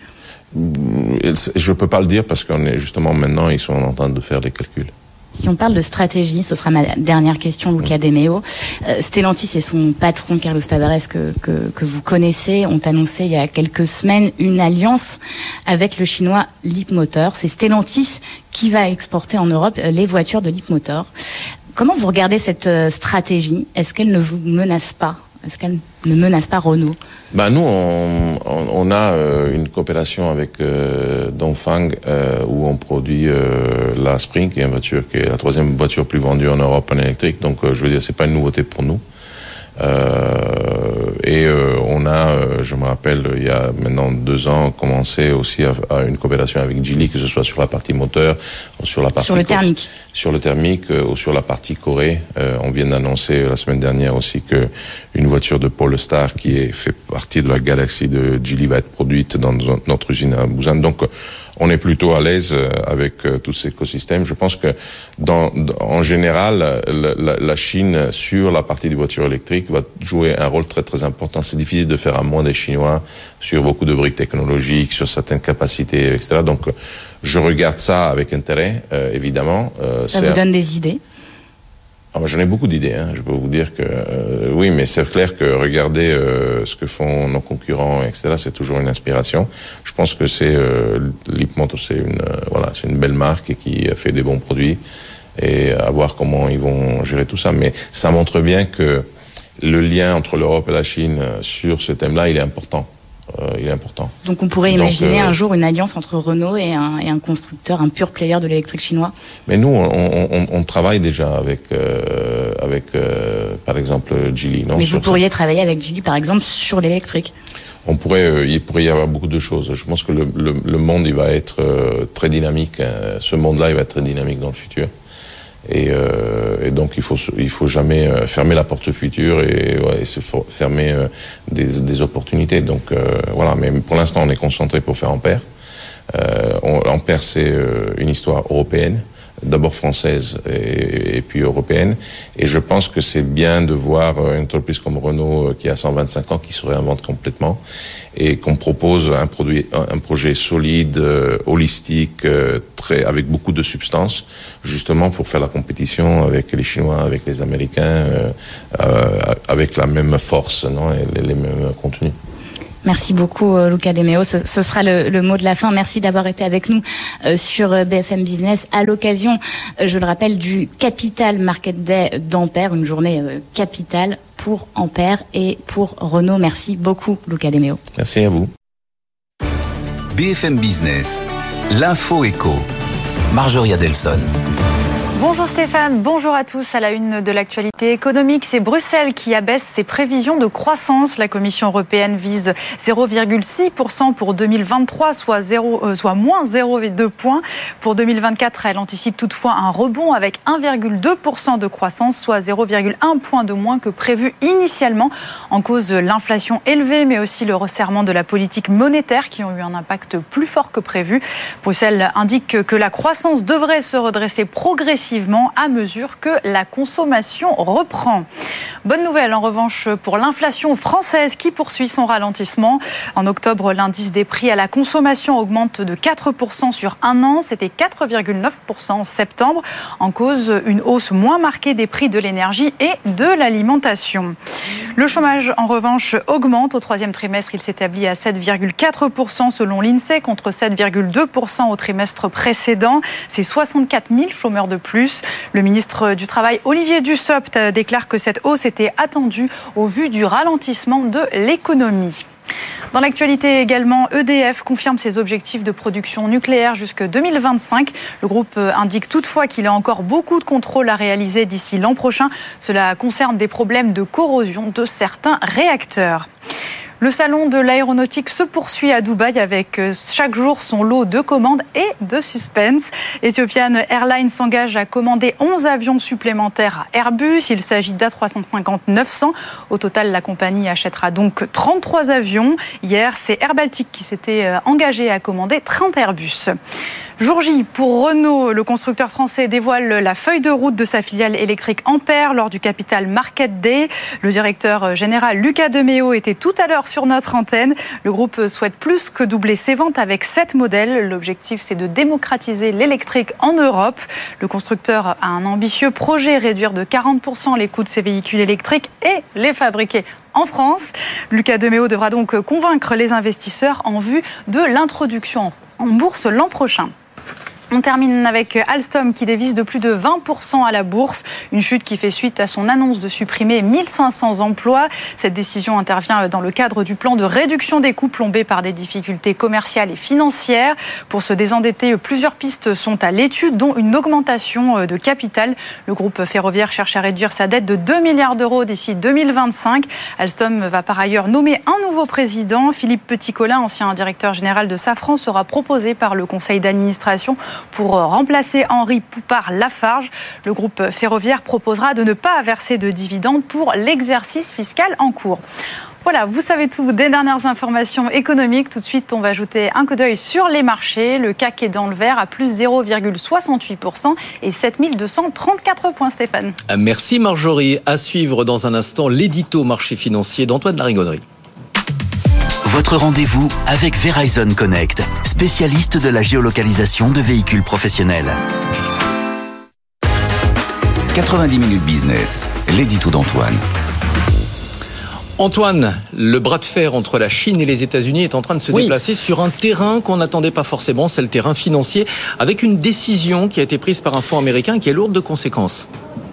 Je peux pas le dire parce qu'on est justement maintenant, ils sont en train de faire les calculs. Si on parle de stratégie, ce sera ma dernière question, Luca De Meo. Stellantis et son patron Carlos Tavares, que vous connaissez, ont annoncé il y a quelques semaines une alliance avec le chinois Leapmotor. C'est Stellantis qui va exporter en Europe les voitures de Leapmotor. Comment vous regardez cette stratégie? Est-ce qu'elle ne vous menace pas? Est-ce qu'elle ne menace pas Renault? Nous, on a une coopération avec Dongfeng où on produit la Spring, qui est une voiture qui est la 3e voiture plus vendue en Europe en électrique. Donc, je veux dire, c'est pas une nouveauté pour nous. On a, je me rappelle, il y a maintenant 2 ans, commencé aussi à une coopération avec Geely, que ce soit sur la partie moteur, ou sur la partie... Sur le thermique. Sur le thermique ou sur la partie Corée. On vient d'annoncer la semaine dernière aussi que une voiture de Polestar qui fait partie de la galaxie de Geely va être produite dans notre usine à Busan. Donc, on est plutôt à l'aise avec tout cet écosystème. Je pense que en général, la Chine, sur la partie des voitures électriques, va jouer un rôle très très important. C'est difficile de faire un monde des Chinois sur beaucoup de briques technologiques, sur certaines capacités, etc. Donc, je regarde ça avec intérêt, évidemment. Ça vous donne des idées? J'en ai beaucoup d'idées. Je peux vous dire que oui, mais c'est clair que regarder ce que font nos concurrents, etc., c'est toujours une inspiration. Je pense que c'est Leapmotor, c'est une belle marque qui a fait des bons produits, et à voir comment ils vont gérer tout ça. Mais ça montre bien que le lien entre l'Europe et la Chine sur ce thème-là, il est important. Donc on pourrait imaginer un jour une alliance entre Renault et un constructeur, un pur player de l'électrique chinois? Mais nous, on travaille déjà avec par exemple, Geely. Mais vous pourriez travailler avec Geely, par exemple, sur l'électrique? Il pourrait y avoir beaucoup de choses. Je pense que le monde, il va être très dynamique. Ce monde-là, il va être très dynamique dans le futur. Et donc il faut jamais fermer la porte future et se fermer des opportunités. Donc voilà, mais pour l'instant on est concentré pour faire Ampère. Ampère c'est une histoire européenne, d'abord française et puis européenne. Et je pense que c'est bien de voir une entreprise comme Renault qui a 125 ans qui se réinvente complètement et qu'on propose un projet solide, holistique, avec beaucoup de substance, justement pour faire la compétition avec les Chinois, avec les Américains, avec la même force, non, et les mêmes contenus. Merci beaucoup Luca De Meo, ce sera le mot de la fin. Merci d'avoir été avec nous sur BFM Business à l'occasion, je le rappelle, du Capital Market Day d'Ampère, une journée capitale pour Ampère et pour Renault. Merci beaucoup Luca De Meo. Merci à vous. BFM Business, l'info éco, Marjorie Adelson. Bonjour Stéphane, bonjour à tous. À la une de l'actualité économique, c'est Bruxelles qui abaisse ses prévisions de croissance. La Commission européenne vise 0,6% pour 2023, soit moins 0,2 points. Pour 2024, elle anticipe toutefois un rebond avec 1,2% de croissance, soit 0,1 point de moins que prévu initialement. En cause, l'inflation élevée, mais aussi le resserrement de la politique monétaire qui ont eu un impact plus fort que prévu. Bruxelles indique que la croissance devrait se redresser progressivement à mesure que la consommation reprend. Bonne nouvelle en revanche pour l'inflation française qui poursuit son ralentissement. En octobre, l'indice des prix à la consommation augmente de 4% sur un an. C'était 4,9% en septembre. En cause, une hausse moins marquée des prix de l'énergie et de l'alimentation. Le chômage, en revanche, augmente. Au troisième trimestre, il s'établit à 7,4% selon l'INSEE contre 7,2% au trimestre précédent. C'est 64 000 chômeurs de plus. Le ministre du Travail, Olivier Dussopt, déclare que cette hausse était attendue au vu du ralentissement de l'économie. Dans l'actualité également, EDF confirme ses objectifs de production nucléaire jusqu'en 2025. Le groupe indique toutefois qu'il a encore beaucoup de contrôles à réaliser d'ici l'an prochain. Cela concerne des problèmes de corrosion de certains réacteurs. Le salon de l'aéronautique se poursuit à Dubaï avec chaque jour son lot de commandes et de suspense. Ethiopian Airlines s'engage à commander 11 avions supplémentaires à Airbus. Il s'agit d'A350-900. Au total, la compagnie achètera donc 33 avions. Hier, c'est Air Baltic qui s'était engagé à commander 30 Airbus. Jour J pour Renault, le constructeur français dévoile la feuille de route de sa filiale électrique Ampère lors du Capital Market Day. Le directeur général Luca De Meo était tout à l'heure sur notre antenne. Le groupe souhaite plus que doubler ses ventes avec 7 modèles. L'objectif, c'est de démocratiser l'électrique en Europe. Le constructeur a un ambitieux projet, réduire de 40% les coûts de ses véhicules électriques et les fabriquer en France. Luca De Meo devra donc convaincre les investisseurs en vue de l'introduction en bourse l'an prochain. On termine avec Alstom qui dévisse de plus de 20% à la bourse. Une chute qui fait suite à son annonce de supprimer 1500 emplois. Cette décision intervient dans le cadre du plan de réduction des coûts plombés par des difficultés commerciales et financières. Pour se désendetter, plusieurs pistes sont à l'étude, dont une augmentation de capital. Le groupe ferroviaire cherche à réduire sa dette de 2 milliards d'euros d'ici 2025. Alstom va par ailleurs nommer un nouveau président. Philippe Petit-Colin, ancien directeur général de Safran, sera proposé par le conseil d'administration pour remplacer Henri Poupart-Lafarge. Le groupe ferroviaire proposera de ne pas verser de dividendes pour l'exercice fiscal en cours. Voilà, vous savez tout des dernières informations économiques. Tout de suite, on va ajouter un coup d'œil sur les marchés. Le CAC est dans le vert à plus 0,68% et 7234 points, Stéphane. Merci Marjorie. À suivre dans un instant l'édito marché financier d'Antoine Larigauderie. Votre rendez-vous avec Verizon Connect, spécialiste de la géolocalisation de véhicules professionnels. 90 minutes business, l'édito d'Antoine. Antoine, le bras de fer entre la Chine et les États-Unis est en train de se déplacer sur un terrain qu'on n'attendait pas forcément, c'est le terrain financier, avec une décision qui a été prise par un fonds américain qui est lourde de conséquences.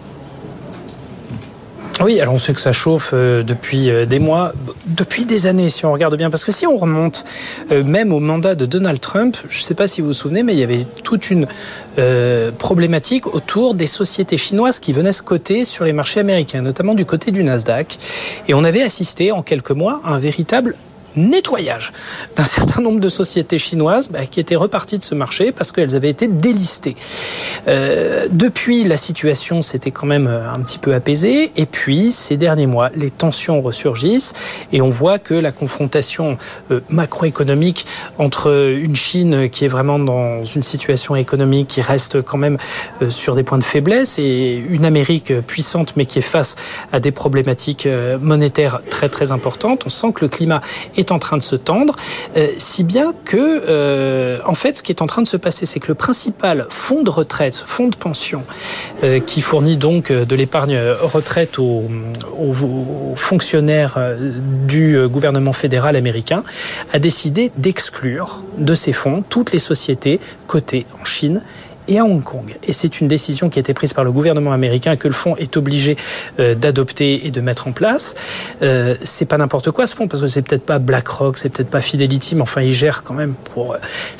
Oui, alors on sait que ça chauffe depuis des mois, depuis des années si on regarde bien, parce que si on remonte même au mandat de Donald Trump, je ne sais pas si vous vous souvenez, mais il y avait toute une problématique autour des sociétés chinoises qui venaient se coter sur les marchés américains, notamment du côté du Nasdaq. Et on avait assisté en quelques mois à un véritable nettoyage d'un certain nombre de sociétés chinoises qui étaient reparties de ce marché parce qu'elles avaient été délistées. Depuis, la situation s'était quand même un petit peu apaisée, et puis ces derniers mois, les tensions ressurgissent et on voit que la confrontation macroéconomique entre une Chine qui est vraiment dans une situation économique qui reste quand même sur des points de faiblesse et une Amérique puissante mais qui est face à des problématiques monétaires très très importantes, on sent que le climat est en train de se tendre, si bien que, en fait, ce qui est en train de se passer, c'est que le principal fonds de retraite, fonds de pension, qui fournit donc de l'épargne retraite aux fonctionnaires du gouvernement fédéral américain, a décidé d'exclure de ces fonds toutes les sociétés cotées en Chine et à Hong Kong. Et c'est une décision qui a été prise par le gouvernement américain que le fonds est obligé d'adopter et de mettre en place. C'est pas n'importe quoi ce fonds, parce que c'est peut-être pas BlackRock, c'est peut-être pas Fidelity, mais enfin il gère quand même pour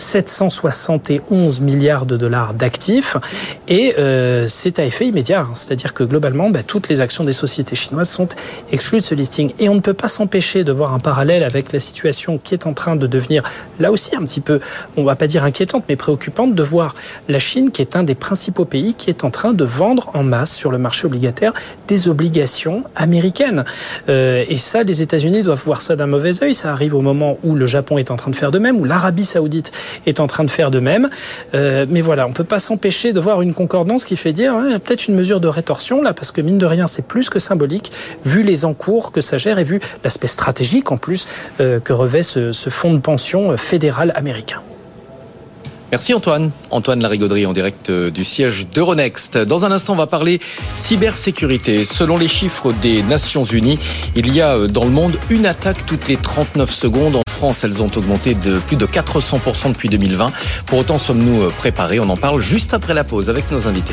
771 milliards de dollars d'actifs. Et c'est à effet immédiat, c'est-à-dire que globalement, toutes les actions des sociétés chinoises sont exclues de ce listing. Et on ne peut pas s'empêcher de voir un parallèle avec la situation qui est en train de devenir, là aussi un petit peu, on va pas dire inquiétante, mais préoccupante, de voir la Chine, qui est un des principaux pays qui est en train de vendre en masse sur le marché obligataire des obligations américaines. Et ça, les États-Unis doivent voir ça d'un mauvais œil. Ça arrive au moment où le Japon est en train de faire de même, où l'Arabie Saoudite est en train de faire de même. Mais voilà, on ne peut pas s'empêcher de voir une concordance qui fait dire il y a peut-être une mesure de rétorsion là, parce que mine de rien, c'est plus que symbolique, vu les encours que ça gère et vu l'aspect stratégique en plus que revêt ce fonds de pension fédéral américain. Merci Antoine. Antoine Larigauderie en direct du siège d'Euronext. Dans un instant, on va parler cybersécurité. Selon les chiffres des Nations Unies, il y a dans le monde une attaque toutes les 39 secondes. En France, elles ont augmenté de plus de 400% depuis 2020. Pour autant, sommes-nous préparés ? On en parle juste après la pause avec nos invités.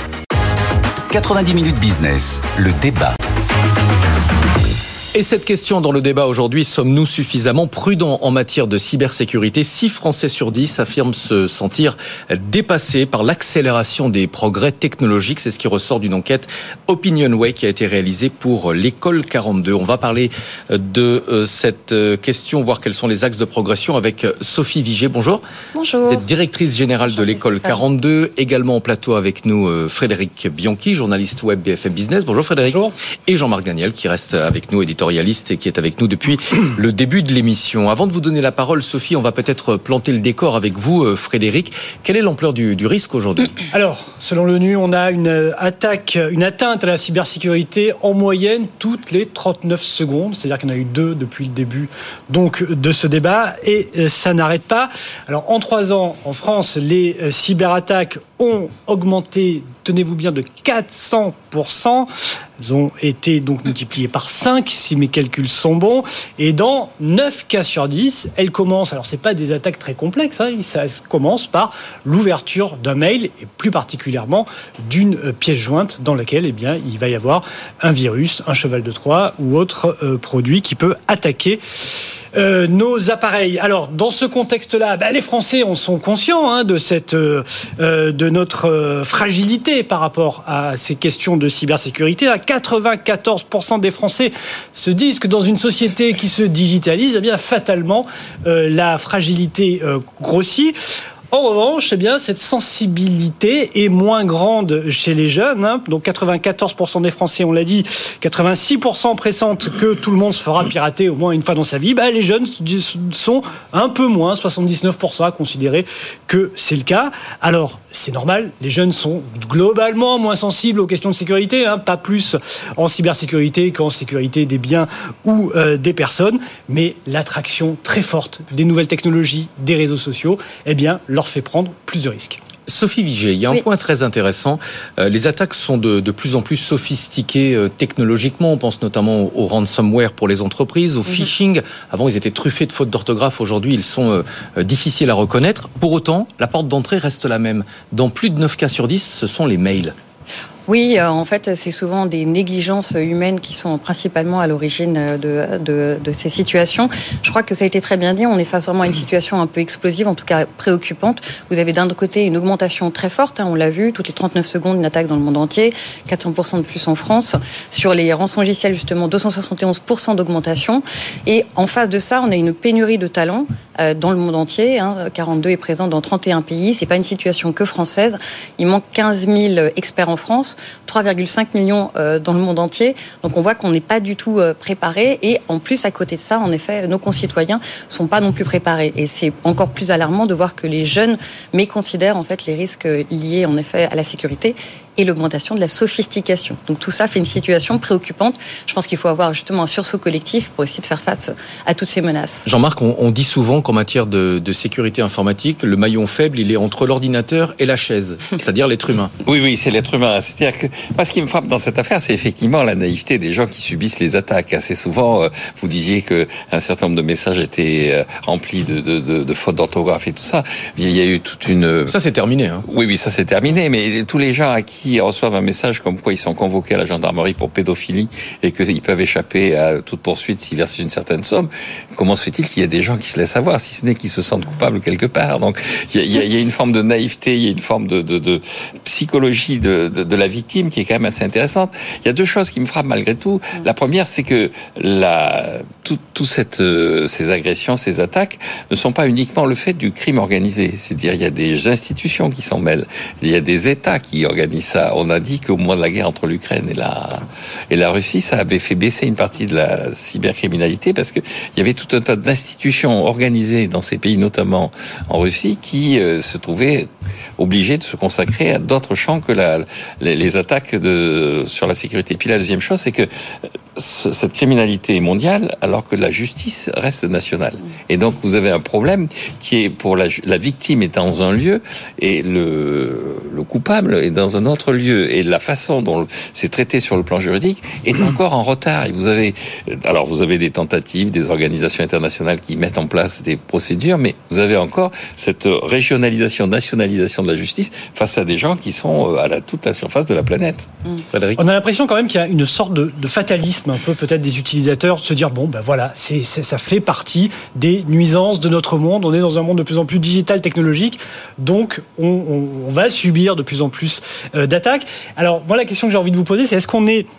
90 minutes business, le débat. Et cette question dans le débat aujourd'hui, sommes-nous suffisamment prudents en matière de cybersécurité ? 6 Français sur 10 affirment se sentir dépassés par l'accélération des progrès technologiques. C'est ce qui ressort d'une enquête OpinionWay qui a été réalisée pour l'école 42. On va parler de cette question, voir quels sont les axes de progression avec Sophie Viger. Bonjour. Bonjour. Vous êtes directrice générale de l'école 42. Également en plateau avec nous Frédéric Bianchi, journaliste web BFM Business. Bonjour Frédéric. Bonjour. Et Jean-Marc Daniel qui reste avec nous, éditorialiste et qui est avec nous depuis le début de l'émission. Avant de vous donner la parole, Sophie, on va peut-être planter le décor avec vous, Frédéric. Quelle est l'ampleur du risque aujourd'hui ? Alors, selon l'ONU, on a une atteinte à la cybersécurité en moyenne toutes les 39 secondes. C'est-à-dire qu'il y en a eu 2 depuis le début donc, de ce débat et ça n'arrête pas. Alors, en 3 ans, en France, les cyberattaques ont augmenté, tenez-vous bien, de 400%. Elles ont été donc multipliées par 5, si mes calculs sont bons. Et dans 9 cas sur 10, elles commencent, alors c'est pas des attaques très complexes, ça commence par l'ouverture d'un mail, et plus particulièrement d'une pièce jointe dans laquelle il va y avoir un virus, un cheval de Troie ou autre produit qui peut attaquer nos appareils. Alors, dans ce contexte-là, les Français sont conscients de notre fragilité par rapport à ces questions de cybersécurité. 94% des Français se disent que dans une société qui se digitalise, fatalement, la fragilité grossit. En revanche, cette sensibilité est moins grande chez les jeunes. Donc 94% des Français, on l'a dit, 86% pressentent que tout le monde se fera pirater au moins une fois dans sa vie. Les jeunes sont un peu moins, 79% à considérer que c'est le cas. Alors, c'est normal, les jeunes sont globalement moins sensibles aux questions de sécurité, pas plus en cybersécurité qu'en sécurité des biens ou des personnes. Mais l'attraction très forte des nouvelles technologies, des réseaux sociaux, leur fait prendre plus de risques. Sophie Viger, il y a un point très intéressant. Les attaques sont de plus en plus sophistiquées technologiquement. On pense notamment au ransomware pour les entreprises, au phishing. Avant, ils étaient truffés de fautes d'orthographe. Aujourd'hui, ils sont difficiles à reconnaître. Pour autant, la porte d'entrée reste la même. Dans plus de 9 cas sur 10, ce sont les mails. Oui, en fait, c'est souvent des négligences humaines qui sont principalement à l'origine de ces situations. Je crois que ça a été très bien dit, on est face vraiment à une situation un peu explosive, en tout cas préoccupante. Vous avez d'un côté une augmentation très forte, on l'a vu, toutes les 39 secondes, une attaque dans le monde entier, 400% de plus en France. Sur les rançongiciels, justement, 271% d'augmentation. Et en face de ça, on a une pénurie de talents dans le monde entier. 42 est présent dans 31 pays. C'est pas une situation que française. Il manque 15 000 experts en France, 3,5 millions dans le monde entier. Donc on voit qu'on n'est pas du tout préparé. Et en plus, à côté de ça, en effet, nos concitoyens sont pas non plus préparés. Et c'est encore plus alarmant de voir que les jeunes méconsidèrent en fait les risques liés en effet à la sécurité et l'augmentation de la sophistication. Donc tout ça fait une situation préoccupante. Je pense qu'il faut avoir justement un sursaut collectif pour essayer de faire face à toutes ces menaces. Jean-Marc, on dit souvent qu'en matière de sécurité informatique, le maillon faible, il est entre l'ordinateur et la chaise, c'est-à-dire l'être humain. Oui, c'est l'être humain. C'est-à-dire que moi, ce qui me frappe dans cette affaire, c'est effectivement la naïveté des gens qui subissent les attaques. Assez souvent, vous disiez qu'un certain nombre de messages étaient remplis de fautes d'orthographe et tout ça. Il y a eu toute une... Ça, c'est terminé. Oui, ça, c'est terminé. Mais tous les gens à qui reçoivent un message comme quoi ils sont convoqués à la gendarmerie pour pédophilie et qu'ils peuvent échapper à toute poursuite s'ils versent une certaine somme, comment se fait-il qu'il y a des gens qui se laissent avoir, si ce n'est qu'ils se sentent coupables quelque part? Donc il y a une forme de naïveté, il y a une forme de psychologie de la victime qui est quand même assez intéressante. Il y a deux choses qui me frappent malgré tout. La première, c'est que ces agressions, ces attaques ne sont pas uniquement le fait du crime organisé. C'est-à-dire il y a des institutions qui s'en mêlent, il y a des États qui organisent ça. On a dit qu'au moment de la guerre entre l'Ukraine et la Russie, ça avait fait baisser une partie de la cybercriminalité parce que il y avait tout un tas d'institutions organisées dans ces pays, notamment en Russie, qui se trouvaient obligés de se consacrer à d'autres champs que les attaques sur la sécurité. Puis la deuxième chose, c'est que cette criminalité est mondiale alors que la justice reste nationale. Et donc vous avez un problème qui est pour la victime est dans un lieu et le coupable est dans un autre lieu. Et la façon dont c'est traité sur le plan juridique est encore en retard. Et vous avez des tentatives, des organisations internationales qui mettent en place des procédures, mais vous avez encore cette régionalisation, nationalisation de la justice face à des gens qui sont à toute la surface de la planète. Frédéric. On a l'impression quand même qu'il y a une sorte de fatalisme un peu peut-être des utilisateurs, se dire voilà, ça fait partie des nuisances de notre monde. On est dans un monde de plus en plus digital, technologique, donc on va subir de plus en plus d'attaques. Alors moi, la question que j'ai envie de vous poser, c'est est-ce qu'on est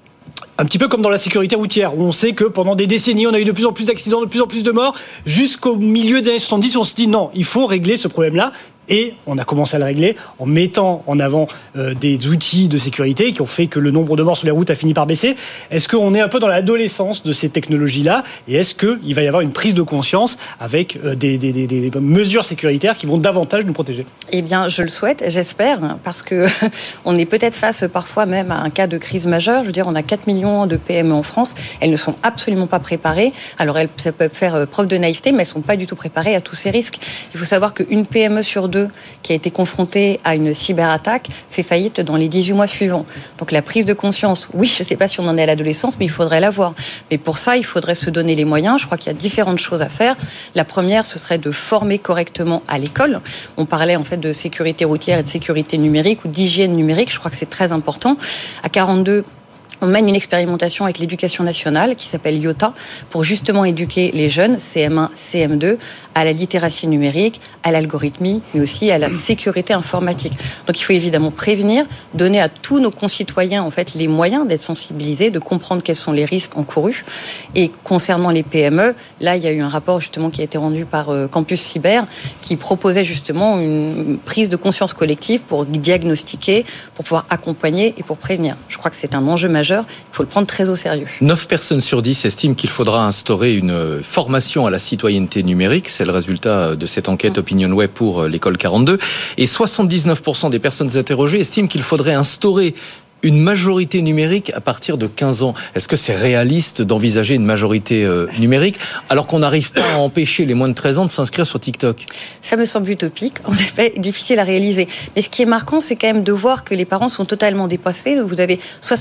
un petit peu comme dans la sécurité routière, où on sait que pendant des décennies, on a eu de plus en plus d'accidents, de plus en plus de morts, jusqu'au milieu des années 70, on se dit non, il faut régler ce problème-là. Et on a commencé à le régler en mettant en avant des outils de sécurité qui ont fait que le nombre de morts sur les routes a fini par baisser. Est-ce qu'on est un peu dans l'adolescence de ces technologies-là? Et est-ce qu'il va y avoir une prise de conscience avec des mesures sécuritaires qui vont davantage nous protéger? Eh bien, je le souhaite, j'espère, parce que on est peut-être face parfois même à un cas de crise majeure. Je veux dire, on a 4 millions de PME en France. Elles ne sont absolument pas préparées. Alors, ça peut faire preuve de naïveté, mais elles ne sont pas du tout préparées à tous ces risques. Il faut savoir qu'une PME sur 2 qui a été confrontée à une cyberattaque fait faillite dans les 18 mois suivants. Donc la prise de conscience, oui, je ne sais pas si on en est à l'adolescence, mais il faudrait l'avoir. Mais pour ça, il faudrait se donner les moyens. Je crois qu'il y a différentes choses à faire. La première, ce serait de former correctement à l'école. On parlait en fait de sécurité routière et de sécurité numérique ou d'hygiène numérique. Je crois que c'est très important. À 42, on mène une expérimentation avec l'éducation nationale qui s'appelle IOTA pour justement éduquer les jeunes, CM1, CM2, à la littératie numérique, à l'algorithmie, mais aussi à la sécurité informatique. Donc il faut évidemment prévenir, donner à tous nos concitoyens en fait les moyens d'être sensibilisés, de comprendre quels sont les risques encourus. Et concernant les PME, là il y a eu un rapport justement qui a été rendu par Campus Cyber qui proposait justement une prise de conscience collective pour diagnostiquer, pour pouvoir accompagner et pour prévenir. Je crois que c'est un enjeu majeur, il faut le prendre très au sérieux. 9 personnes sur 10 estiment qu'il faudra instaurer une formation à la citoyenneté numérique. C'est le résultat de cette enquête OpinionWay pour l'école 42. Et 79% des personnes interrogées estiment qu'il faudrait instaurer Une majorité numérique à partir de 15 ans. Est-ce que c'est réaliste d'envisager une majorité numérique alors qu'on n'arrive pas à empêcher les moins de 13 ans de s'inscrire sur TikTok? Ça me semble utopique, en effet, difficile à réaliser. Mais ce qui est marquant, c'est quand même de voir que les parents sont totalement dépassés. Vous avez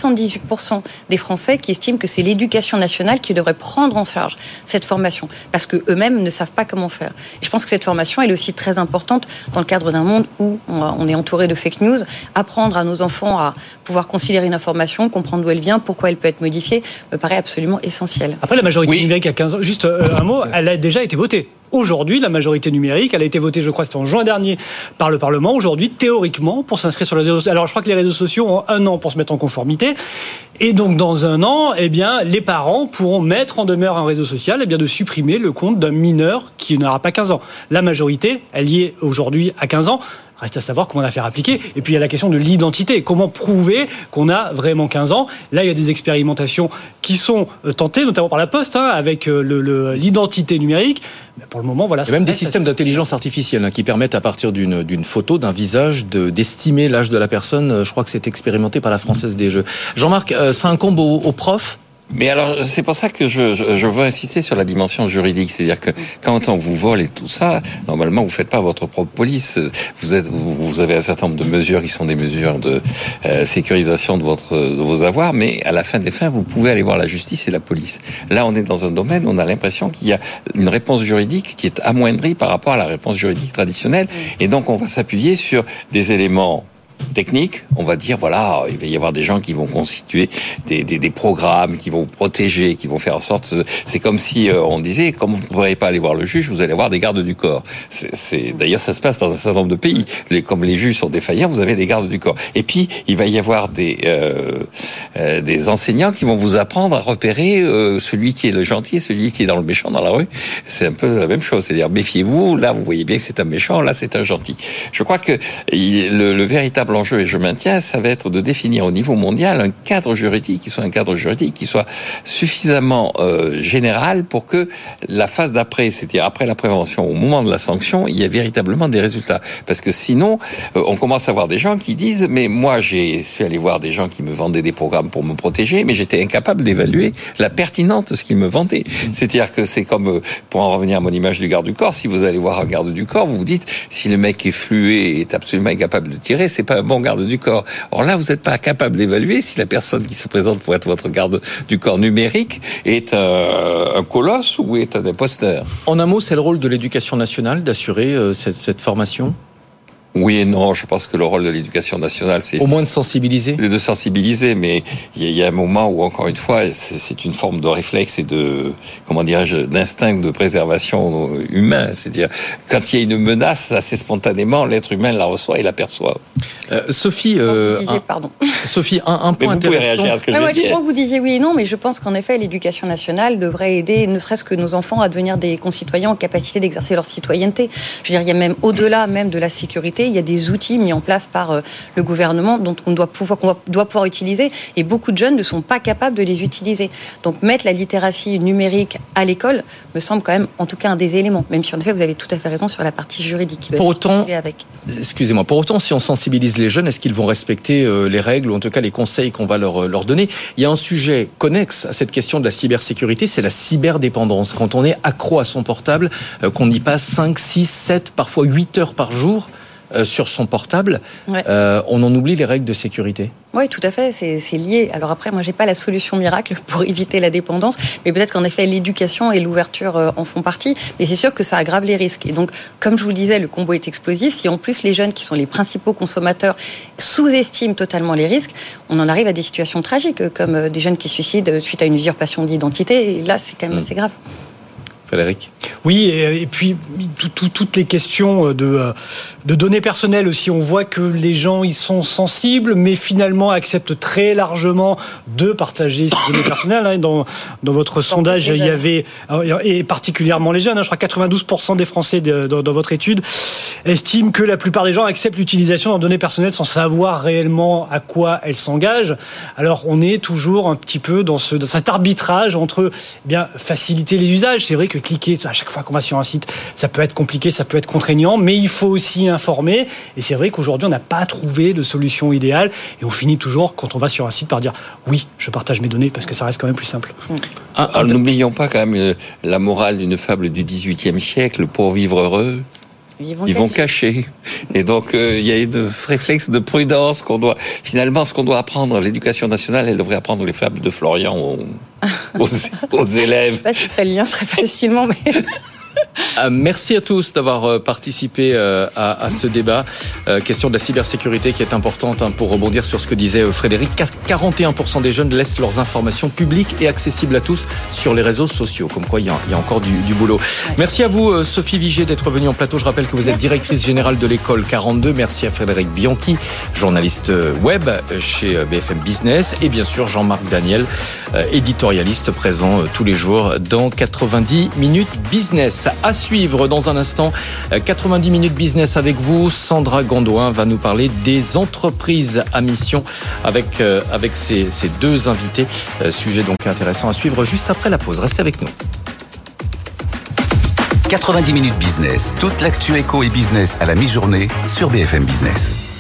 78% des Français qui estiment que c'est l'éducation nationale qui devrait prendre en charge cette formation, parce qu'eux-mêmes ne savent pas comment faire. Et je pense que cette formation, elle est aussi très importante dans le cadre d'un monde où on est entouré de fake news. Apprendre à nos enfants à pouvoir considérer une information, comprendre d'où elle vient, pourquoi elle peut être modifiée, me paraît absolument essentiel. Après, la majorité numérique à 15 ans, juste un mot, elle a déjà été votée. Aujourd'hui, la majorité numérique, elle a été votée, je crois, c'était en juin dernier par le Parlement. Aujourd'hui, théoriquement, pour s'inscrire sur les réseaux sociaux. Alors, je crois que les réseaux sociaux ont 1 an pour se mettre en conformité. Et donc, dans 1 an, eh bien, les parents pourront mettre en demeure un réseau social, eh bien, de supprimer le compte d'un mineur qui n'aura pas 15 ans. La majorité, elle y est aujourd'hui à 15 ans. Reste à savoir comment la faire appliquer. Et puis, il y a la question de l'identité. Comment prouver qu'on a vraiment 15 ans? Là, il y a des expérimentations qui sont tentées, notamment par la Poste, avec l'identité numérique. Mais pour le moment, voilà. Il y a même des systèmes d'intelligence artificielle qui permettent, à partir d'une photo, d'un visage, d'estimer l'âge de la personne. Je crois que c'est expérimenté par la Française des Jeux. Jean-Marc, ça incombe aux profs? Mais alors, c'est pour ça que je veux insister sur la dimension juridique. C'est-à-dire que quand on vous vole et tout ça, normalement, vous faites pas votre propre police. Vous avez un certain nombre de mesures qui sont des mesures de sécurisation de vos avoirs, mais à la fin des fins, vous pouvez aller voir la justice et la police. Là, on est dans un domaine où on a l'impression qu'il y a une réponse juridique qui est amoindrie par rapport à la réponse juridique traditionnelle. Et donc, on va s'appuyer sur des éléments technique, on va dire, voilà, il va y avoir des gens qui vont constituer des programmes, qui vont vous protéger, qui vont faire en sorte... C'est comme si on disait, comme vous ne pourrez pas aller voir le juge, vous allez avoir des gardes du corps. D'ailleurs, ça se passe dans un certain nombre de pays. Comme les juges sont défaillants, vous avez des gardes du corps. Et puis, il va y avoir des enseignants qui vont vous apprendre à repérer celui qui est le gentil et celui qui est dans le méchant dans la rue. C'est un peu la même chose. C'est-à-dire, méfiez-vous, là, vous voyez bien que c'est un méchant, là, c'est un gentil. Je crois que le véritable enjeu, et je maintiens, ça va être de définir au niveau mondial un cadre juridique qui soit suffisamment général pour que la phase d'après, c'est-à-dire après la prévention, au moment de la sanction, il y a véritablement des résultats. Parce que sinon, on commence à voir des gens qui disent, mais moi, j'ai su aller voir des gens qui me vendaient des programmes pour me protéger, mais j'étais incapable d'évaluer la pertinence de ce qu'ils me vendaient. C'est-à-dire que c'est comme, pour en revenir à mon image du garde du corps, si vous allez voir un garde du corps, vous vous dites, si le mec est flué et est absolument incapable de tirer, c'est pas un bon garde du corps. Or là, vous n'êtes pas capable d'évaluer si la personne qui se présente pour être votre garde du corps numérique est un colosse ou est un imposteur. En un mot, c'est le rôle de l'éducation nationale d'assurer cette formation ? Oui et non, je pense que le rôle de l'éducation nationale, c'est... Au moins de sensibiliser ? De sensibiliser, mais il y a un moment où, encore une fois, c'est une forme de réflexe et de, comment dirais-je, d'instinct de préservation humain. C'est-à-dire, quand il y a une menace, assez spontanément, l'être humain la reçoit et l'aperçoit. Sophie, Sophie, un point intéressant. Vous pouvez réagir à ce que je vais dire. Je crois que vous disiez oui et non, mais je pense qu'en effet, l'éducation nationale devrait aider, ne serait-ce que nos enfants, à devenir des concitoyens en capacité d'exercer leur citoyenneté. Je veux dire, il y a même, au-delà même de la sécurité, il y a des outils mis en place par le gouvernement qu'on doit pouvoir utiliser, et beaucoup de jeunes ne sont pas capables de les utiliser. Donc mettre la littératie numérique à l'école me semble quand même, en tout cas, un des éléments, même si en effet vous avez tout à fait raison sur la partie juridique. Pour autant, si on sensibilise les jeunes, est-ce qu'ils vont respecter les règles, ou en tout cas les conseils qu'on va leur donner ? Il y a un sujet connexe à cette question de la cybersécurité, c'est la cyberdépendance. Quand on est accro à son portable, qu'on y passe 5, 6, 7, parfois 8 heures par jour, sur son portable, ouais. On en oublie les règles de sécurité. Oui, tout à fait, c'est lié. Alors après, moi, j'ai pas la solution miracle pour éviter la dépendance, mais peut-être qu'en effet, l'éducation et l'ouverture en font partie. Mais c'est sûr que ça aggrave les risques. Et donc, comme je vous le disais, le combo est explosif. Si en plus les jeunes, qui sont les principaux consommateurs, sous-estiment totalement les risques, on en arrive à des situations tragiques, comme des jeunes qui se suicident suite à une usurpation d'identité. Et là, c'est quand même assez grave. Frédéric. Oui, et puis toutes les questions de données personnelles aussi. On voit que les gens y sont sensibles, mais finalement acceptent très largement de partager ces données personnelles. Dans votre sondage, il y avait, et particulièrement les jeunes, je crois 92% des Français dans votre étude. estime que la plupart des gens acceptent l'utilisation de leurs données personnelles sans savoir réellement à quoi elles s'engagent. Alors on est toujours un petit peu dans cet arbitrage entre faciliter les usages. C'est vrai que cliquer à chaque fois qu'on va sur un site, ça peut être compliqué, ça peut être contraignant, mais il faut aussi informer. Et c'est vrai qu'aujourd'hui, on n'a pas trouvé de solution idéale. Et on finit toujours, quand on va sur un site, par dire oui, je partage mes données, parce que ça reste quand même plus simple. Alors, n'oublions pas quand même la morale d'une fable du XVIIIe siècle, pour vivre heureux. Ils vont cacher. Et donc, il y a une réflexe de prudence qu'on doit... Finalement, ce qu'on doit apprendre, l'éducation nationale, elle devrait apprendre les fables de Florian aux élèves. Je ne sais pas si le lien serait facilement, mais... Merci à tous d'avoir participé à ce débat. Question de la cybersécurité qui est importante pour rebondir sur ce que disait Frédéric. 41% des jeunes laissent leurs informations publiques et accessibles à tous sur les réseaux sociaux. Comme quoi, il y a encore du boulot. Ouais. Merci à vous, Sophie Viger, d'être venue en plateau. Je rappelle que vous êtes directrice générale de l'école 42. Merci à Frédéric Bianchi, journaliste web chez BFM Business. Et bien sûr, Jean-Marc Daniel, éditorialiste présent tous les jours dans 90 minutes business. À suivre dans un instant, 90 minutes business avec vous. Sandra Gondouin va nous parler des entreprises à mission avec ses deux invités. Sujet donc intéressant à suivre juste après la pause. Restez avec nous. 90 minutes business, toute l'actu éco et business à la mi-journée sur BFM Business.